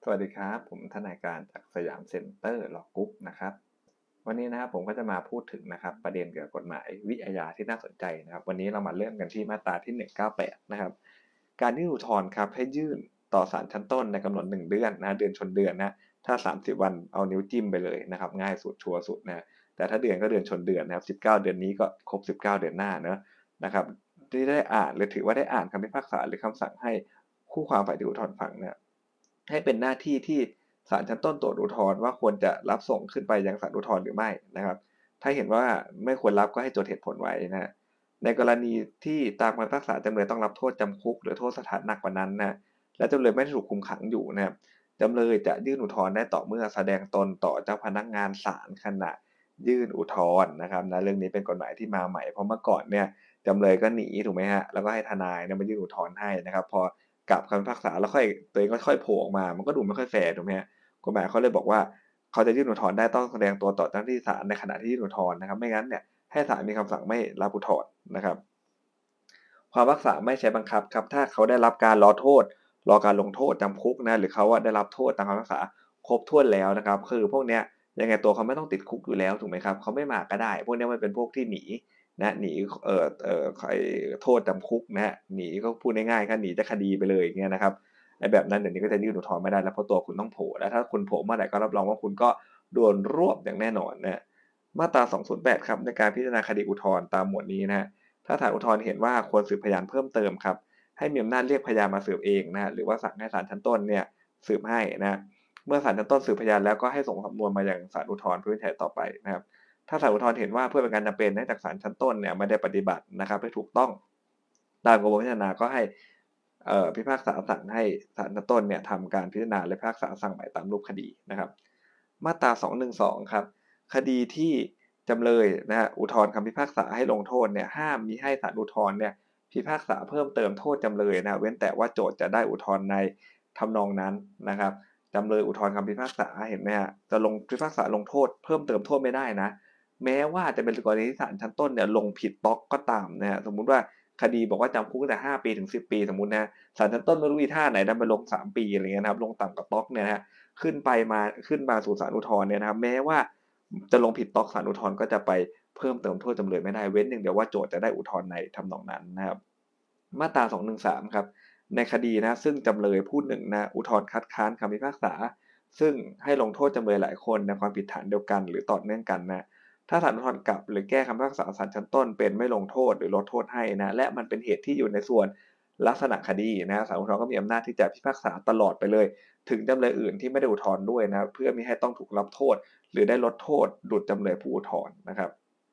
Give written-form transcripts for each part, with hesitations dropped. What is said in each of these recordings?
สวัสดีครับผมทนายการจากสยามเซ็นเตอร์ลอกรุ๊ปนะครับวันนี้นะครับผมก็จะมาพูดถึงนะครับประเด็นเกี่ยวกับกฎหมายวิทยาที่น่าสนใจนะครับวันนี้เรามาเริ่มกันที่มาตราที่198นะครับการยื่นอุทธรณ์ครับให้ยื่นต่อศาลชั้นต้นในกำหนด1เดือนนะเดือนชนเดือนนะถ้า30วันเอานิ้วจิ้มไปเลยนะครับง่ายสุดชัวร์สุดนะแต่ถ้าเดือนก็เดือนชนเดือนนะครับ19เดือนนี้ก็ครบ19เดือนหน้าเนอะนะครับที่ได้อ่านหรือถือว่าได้อ่านคำพิพากษาหรือคำสั่งให้คู่ความฝ่ายที่อุทธรณ์ฟังเนี่ย ให้เป็นหน้าที่ที่ศาลชั้นต้นตรวจอุทธรณ์ว่าควรจะรับส่งขึ้นไปยังศาลอุทธรณ์หรือไม่นะครับถ้าเห็นว่าไม่ควรรับก็ให้จดเหตุผลไว้นะในกรณีที่ตามคำพิพากษาจำเลยต้องรับโทษจำคุกหรือโทษสถานหนักกว่านั้นนะและจำเลยไม่ได้ถูกคุมขังอยู่นะครับจำเลยจะยื่นอุทธรณ์ได้ต่อเมื่อแสดงตนต่อเจ้าพนักงานศาลขณะยื่นอุทธรณ์นะครับนะเรื่องนี้เป็นกฎหมายที่มาใหม่เพราะเมื่อก่อนเนี่ยจำเลยก็หนีถูกไหมฮะแล้วก็ให้ทนายเนี่ยมายื่นอุทธรณ์ให้นะครับพอ กับคำพิพากษาแล้วค่อยตัวเองก็ค่อยโผล่ออกมามันก็ดูไม่ค่อยแฟร์ถูกไหมฮะกฎหมายเขาเลยบอกว่าเขาจะยื่นอุทธรณ์ได้ต้องแสดงตัวต่อเจ้าหน้าที่ศาลในขณะที่ยื่นอุทธรณ์นะครับไม่งั้นเนี่ยให้ศาลมีคำสั่งไม่รับอุทธรณ์นะครับความพิพากษาไม่ใช้บังคับครับถ้าเขาได้รับการรอการลงโทษจำคุกนะหรือเขาได้รับโทษตามคำพิพากษาครบถ้วนแล้วนะครับคือพวกเนี้ยยังไงตัวเขาไม่ต้องติดคุกอยู่แล้วถูกไหมครับเขาไม่มาก็ได้พวกนี้มันเป็นพวกที่หนีนะหนีโทษจำคุกนะฮะหนีก็พูดง่ายๆก็หนีจากคดีไปเลยอย่างเงี้ยนะครับไอ้แบบนั้นเดี๋ยวนี้ก็จะยื่นอุทธรณ์ไม่ได้แล้วเพราะตัวคุณต้องโผล่แล้วถ้าคุณโผล่เมื่อไหร่ก็รับรองว่าคุณก็โดนรวบอย่างแน่นอนนะมาตรา208ครับในการพิจารณาคดีอุทธรณ์ตามหมวดนี้นะ ถ้าศาลอุทธรณ์เห็นว่าควรสืบพยานเพิ่มเติมครับให้มีอำนาจเรียกพยานมาสืบเองนะหรือว่าสั่งให้ศาลชั้นต้นเนี่ยสืบให้นะเมื่อศาลชั้นต้นสืบพยานแล้วก็ให้ส่งสำนวนมายังศาลอุทธรณ์เพื่อวินิจฉัยต่อไปนะครับถ้าศาลอุทธรณ์เห็นว่าเพื่อเป็นการจำเป็นเนื่องจากศาลชั้นต้นเนี่ยไม่ได้ปฏิบัตินะครับให้ถูกต้องตามกระบวนการพิจารณาก็ให้พิพากษาสั่งให้ศาลชั้นต้นเนี่ยทำการพิจารณาและพิพากษาสั่งใหม่ตามรูปคดีนะครับมาตรา212ครับคดีที่จำเลยนะฮะอุทธรณ์คำพิพากษาให้ลงโทษเนี่ยห้ามมิให้ศาลอุทธรณ์เนี่ยพิพากษาเพิ่มเติมโทษจำเลยนะเว้นแต่ว่าโจทก์จะได้อุทธรณ์ในทำนองนั้นนะครับจำเลยอุทธรณ์คำพิพากษาเห็นไหมฮะจะลงพิพากษาลงโทษเพิ่มเติมโทษไม่ได้นะแม้ว่าจะเป็นกรณีที่ศาลชั้นต้นเนี่ยลงผิดต๊อกก็ตามนะฮะสมมุติว่าคดีบอกว่าจำคุกตั้งแต่5 ปีถึง10 ปีสมมุตินะศาลชั้นต้นไม่รู้อีท่าไหนดันไปลง3 ปีอะไรเงี้ยนะครับลงต่ำกว่าต๊อกเนี่ยนะฮะขึ้นมาสู่ศาลอุทธรณ์เนี่ยนะครับแม้ว่าจะลงผิดต๊อกศาลอุทธรณ์ก็จะไปเพิ่มเติมโทษจำเลยไม่ได้เว้นอย่างเดียวว่าโจทก์จะได้อุทธรณ์ในทำนองนั้นนะครับมาตรา213ครับในคดีนะซึ่งจำเลยผู้หนึ่งนะอุทธรณ์คัดค้านคำพิพากษาซึ่งให้ลงโทษจำเลยหลายคนในความผิดฐานเดียวกันหรือต่อเนื่องกันนะถ้าศาลอุทธรณ์กลับหรือแก้คำพิพากษาศาลชั้นต้นเป็นไม่ลงโทษหรือลดโทษให้นะและมันเป็นเหตุที่อยู่ในส่วนลักษณะคดีนะศาลอุทธรณ์ก็มีอำนาจที่จะพิพากษาตลอดไปเลยถึงจำเลยอื่นที่ไม่ได้อุทธรณ์ด้วยนะเพื่อมิให้ต้องถูกรับโทษหรือได้ลดโทษดุจจำเลยผู้อุทธรณ์นะครับ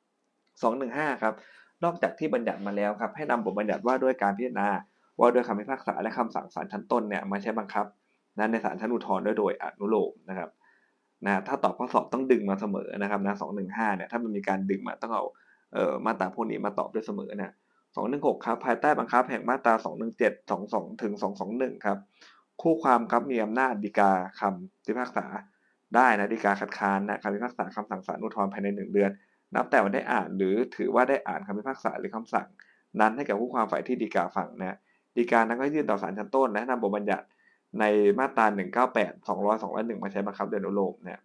215ครับนอกจากที่บัญญัติมาแล้วครับให้นำบทบัญญัติว่าด้วยการพิจารณาว่าด้วยคำพิพากษาและคำสั่งศาลชั้นต้นเนี่ยมาใช้บังคับนะในศาลชั้นอุทธรณ์โดยอนุโลมนะครับนะถ้าตอบข้อสอบต้องดึงมาเสมอนะครับนะ215เนี่ยถ้ามันมีการดึงมาต้องเอามาตราพวกนี้มาตอบด้วยเสมอนะ216ครับภายใต้บังคับแห่งมาตรา217 22ถึง221ครับคู่ความครับมีอำนาจฎีกาคำพิพากษาได้นะฎีกาคัดค้านนะคำพิพากษาคำสั่งศาลอุทธรณ์ภายใน1 เดือน นับแต่วันได้อ่านหรือถือว่าได้อ่านคำพิพากษาหรือคำสั่งนั้นให้กับผู้ความฝ่ายที่ฎีกาฟังนะฎีกานั้นก็ยื่นต่อศาลชั้นต้นและนำบทบัญญัติในมาตรา198 200 201มาใช้บังคับโดยอนุโลมนะ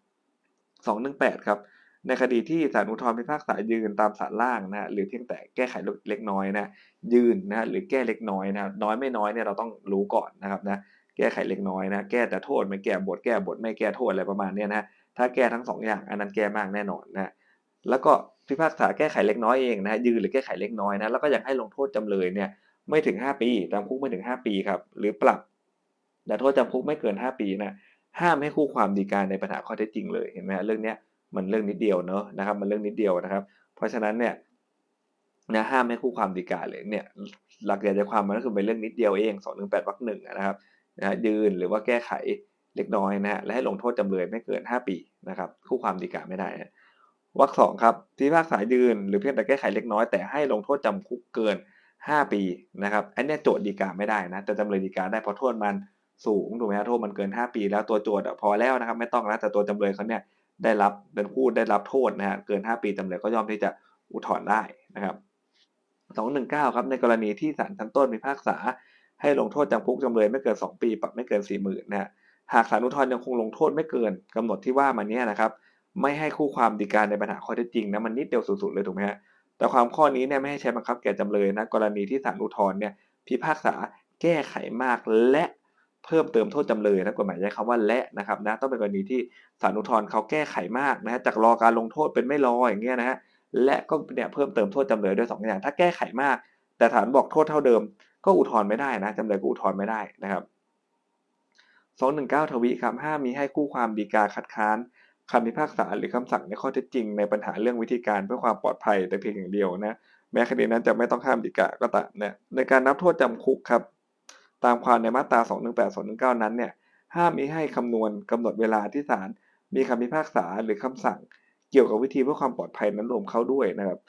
218ครับในคดีที่ศาลอุทธรณ์พิพากษายืนตามศาลล่างนะหรือเพียงแต่แก้ไขเล็กน้อยนะยืนนะหรือแก้เล็กน้อยนะน้อยไม่น้อยเนี่ยเราต้องรู้ก่อนนะครับนะแก้ไขเล็กน้อยนะแก้แต่โทษไม่แก้บทแก้บทไม่แก้โทษอะไรประมาณนี้นะถ้าแก้ทั้ง2อย่างอันนั้นแก้มากแน่นอนนะแล้วก็พิพากษาแก้ไขเล็กน้อยเองนะยืนหรือแก้ไขเล็กน้อยนะแล้วก็ยังให้ลงโทษจำเลยเนี่ยไม่ถึง5 ปีจำคุกไม่ถึง5 ปีครับหรือปรับแต่โทษจำคุกไม่เกิน5 ปีนะห้ามให้คู่ความฎีกาในปัญหาข้อเท็จจริงเลยเห็นไหมเรื่องนี้มันเรื่องนิดเดียวเนอะนะครับมันเรื่องนิดเดียวนะครับเพราะฉะนั้นเนี่ยนะห้ามให้คู่ความฎีกาเลยเนี่ยหลักใหญ่ใจความมันก็คือเป็นเรื่องนิดเดียวเอง218 วรรค 1นะครับนะยืนหรือว่าแก้ไขเล็กน้อยนะฮะและให้ลงโทษจำเลยไม่เกิน5 ปีนะครับคู่ความฎีกาไม่ได้นะวรรค 2ครับที่พิพากษายืนหรือเพียงแต่แก้ไขเล็กน้อยแต่ให้ลงโทษจำคุกเกิน5 ปีนะครับอันนี้โจทก์ฎีกาไม่ได้นะแต่จำเลยฎีกาได้เพราะโทษมันสูงถูกไหมโทษมันเกิน5 ปีแล้วตัวโจทก์พอแล้วนะครับไม่ต้องแล้วแต่ตัวจำเลยเขาเนี่ยได้รับเป็นผู้ได้รับโทษนะฮะเกิน5 ปีจำเลยก็ย่อมที่จะอุทธรณ์ได้นะครับ219ครับในกรณีที่ศาลชั้นต้นพิพากษาให้ลงโทษจำคุกจำเลยไม่เกิน2 ปีปรับไม่เกิน 40,000นะฮะหากศาลอุทธรณ์ยังคงลงโทษไม่เกินกำหนดที่ว่ามาเนี้ยนะครับไม่ให้คู่ความฎีกาในปัญหาข้อเท็จจริงนะมันนิดเดียวสุดๆเลยถูกไหมฮะแต่ความข้อนี้เนี่ยไม่ให้ใช้บังคับแก่จำเลยนะกรณีที่ศาลอุทธรณ์เนี่ยพิพากษาแก้ไขมากและเพิ่มเติมโทษจำเลยนะกฎหมายใช้คำว่าและนะครับนะต้องเป็นกรณีที่ศาลอุทธรณ์เขาแก้ไขมากนะฮะจากรอการลงโทษเป็นไม่รออย่างเงี้ยนะฮะและก็เนี่ยเพิ่มเติมโทษจำเลยด้วย2อย่างถ้าแก้ไขมากแต่ศาลบอกโทษเท่าเดิมก็อุทธรณ์ไม่ได้นะจำเลยก็อุทธรณ์ไม่ได้นะครับ219ทวีครับห้ามมีให้คู่ความฎีกาคัดค้านคำพิพากษาหรือคำสั่งในข้อเท็จจริงในปัญหาเรื่องวิธีการเพื่อความปลอดภัยแต่เพียงอย่างเดียวนะแม้คดีนั้นจะไม่ต้องห้ามฎีกาก็ตามนะในการนับโทษจำคุกครับตามความในมาตรา218 219นั้นเนี่ยห้ามมิให้คำนวณกำหนดเวลาที่ศาลมีคำพิพากษาหรือคำสั่งเกี่ยวกับวิธีเพื่อความปลอดภัยนั้นรวมเข้าด้วยนะครับ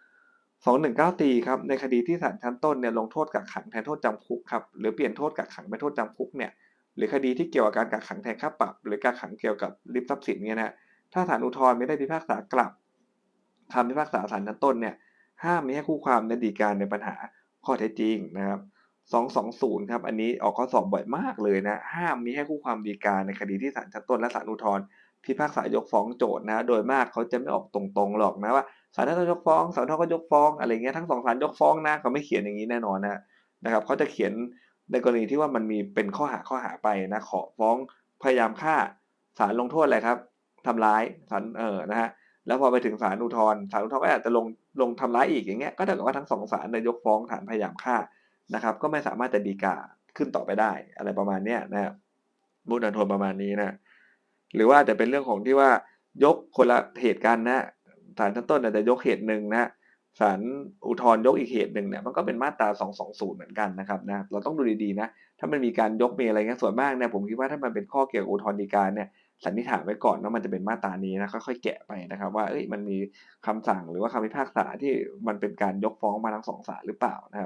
219ตีครับในคดีที่ศาลชั้นต้นเนี่ยลงโทษกักขังแทนโทษจำคุกครับหรือเปลี่ยนโทษกักขังเป็นโทษจำคุกเนี่ยหรือคดีที่เกี่ยวกับการกักขังแทนค่าปรับหรือกักขังเกี่ยวกับริบทรัพย์สินเนี่ยนะถ้าศาลอุทธรณ์ไม่ได้พิพากษากลับคำพิพากษาศาลชั้นต้นเนี่ยห้ามมิให้คู่ความในฎีกาในปัญหาข้อเท็จจริงนะครับ220ครับอันนี้ออกข้อสอบบ่อยมากเลยนะห้ามมิให้คู่ความฎีกาในคดีที่ศาลชั้นต้นและศาลอุทธรณ์พิพากษายกฟ้องโจทก์นะโดยมากเขาจะไม่ออกตรงๆหรอกนะว่า ศาลท่านยกฟ้องศาลท่านก็ยกฟ้องอะไรเงี้ยทั้งสองศาลยกฟ้องนะเขาไม่เขียนอย่างนี้แน่นอนนะครับเขาจะเขียนในกรณีที่ว่ามันมีเป็นข้อหาไปนะขอฟ้องพยายามฆ่าศาลลงโทษอะไรครับทำร้ายศาลนะฮะแล้วพอไปถึงศาลอุทธรณ์ศาลอุทธรณ์ก็อาจจะลงทำร้ายอีกอย่างเงี้ยก็เท่ากับว่าทั้งสองศาลเนี่ยยกฟ้องฐานพยายามฆ่านะครับก็ไม่สามารถจะฎีกาขึ้นต่อไปได้อะไรประมาณเนี้ยนะมูลอุทธรณ์ประมาณนี้นะหรือว่าจะเป็นเรื่องของที่ว่ายกคนละเหตุการณ์นะ ศาลชั้นต้นอาจจะยกเหตุหนึ่งนะศาลอุทธรณ์ยกอีกเหตุหนึ่งเนี่ยมันก็เป็นมาตรา220เหมือนกันนะครับนะเราต้องดูดีๆนะถ้ามันมีการยกมีอะไรเงี้ยส่วนมากเนี่ยผมคิดว่าถ้ามันเป็นข้อเกี่ยวกับอุทธรณ์ฎีกาเนี่ยสันนิษฐานไว้ก่อนว่ามันจะเป็นมาตรานี้นะค่อยๆแกะไปนะครับว่าเอ้ยมันมีคำสั่งหรือว่าคำพิพากษาที่มันเป็นการยกฟ้องมาทั้งสองศาลหรือเปล่านะครับ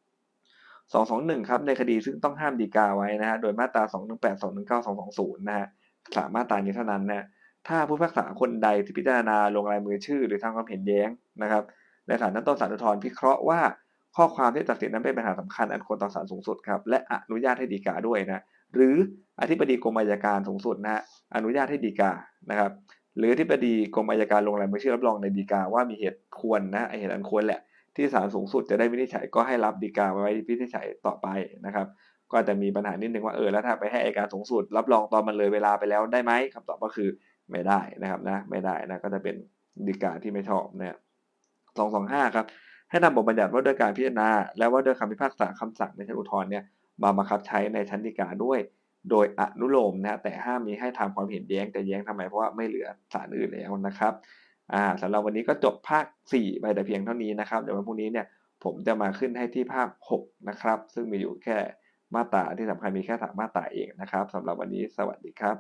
221ครับในคดีซึ่งต้องห้ามฎีกาไว้นะฮะโดยมาตรา218 219 220นะฮะสามมาตรานี้เท่านั้นนะถ้าผู้พิพากษาคนใดที่พิจารณาลงลายมือชื่อหรือทำความเห็นแย้งนะครับในศาลชั้นต้นศาลอุทธรณ์พิเคราะห์ว่าข้อความที่ตัดสินนั้นเป็นปัญหาสำคัญอันควรต่อศาลสูงสุดครับและอนุญาตให้ฎีกาด้วยนะหรืออธิบดีกรมอัยการสูงสุดนะฮะอนุญาตให้ฎีกานะครับหรืออธิบดีกรมอัยการลงลายมือชื่อรับรองในฎีกาว่ามีเหตุควรนะเหตุอันควรแหละ ที่ศาลสูงสุดจะได้วินิจฉัยก็ให้รับฎีกาไว้วินิจฉัยต่อไปนะครับก็จะมีปัญหานิดนึงว่าแล้วถ้าไปให้อัยการสูงสุดรับรองตอนมันเลยเวลาไปแล้วได้ไหมคำตอบก็คือไม่ได้นะครับนะไม่ได้นะก็จะเป็นฎีกาที่ไม่ชอบนะ225ครับให้นำบทบัญญัติว่าด้วยการพิจารณาและว่าด้วยคำพิพากษาคำสั่งในชั้นอุทธรณ์เนี่ยมาบังคับใช้ในชั้นฎีกาด้วยโดยอนุโลมนะแต่ห้ามมีให้ทำความเห็นแย้งแต่แย้งทำไมเพราะว่าไม่เหลือศาลอื่นแล้วนะครับ สำหรับวันนี้ก็จบภาค4ไปแต่เพียงเท่านี้นะครับเดี๋ยววันพรุ่งนี้เนี่ยผมจะมาขึ้นให้ที่ภาค6นะครับซึ่งมีอยู่แค่มาตราที่สำคัญมีแค่3มาตราเองนะครับสำหรับวันนี้สวัสดีครับ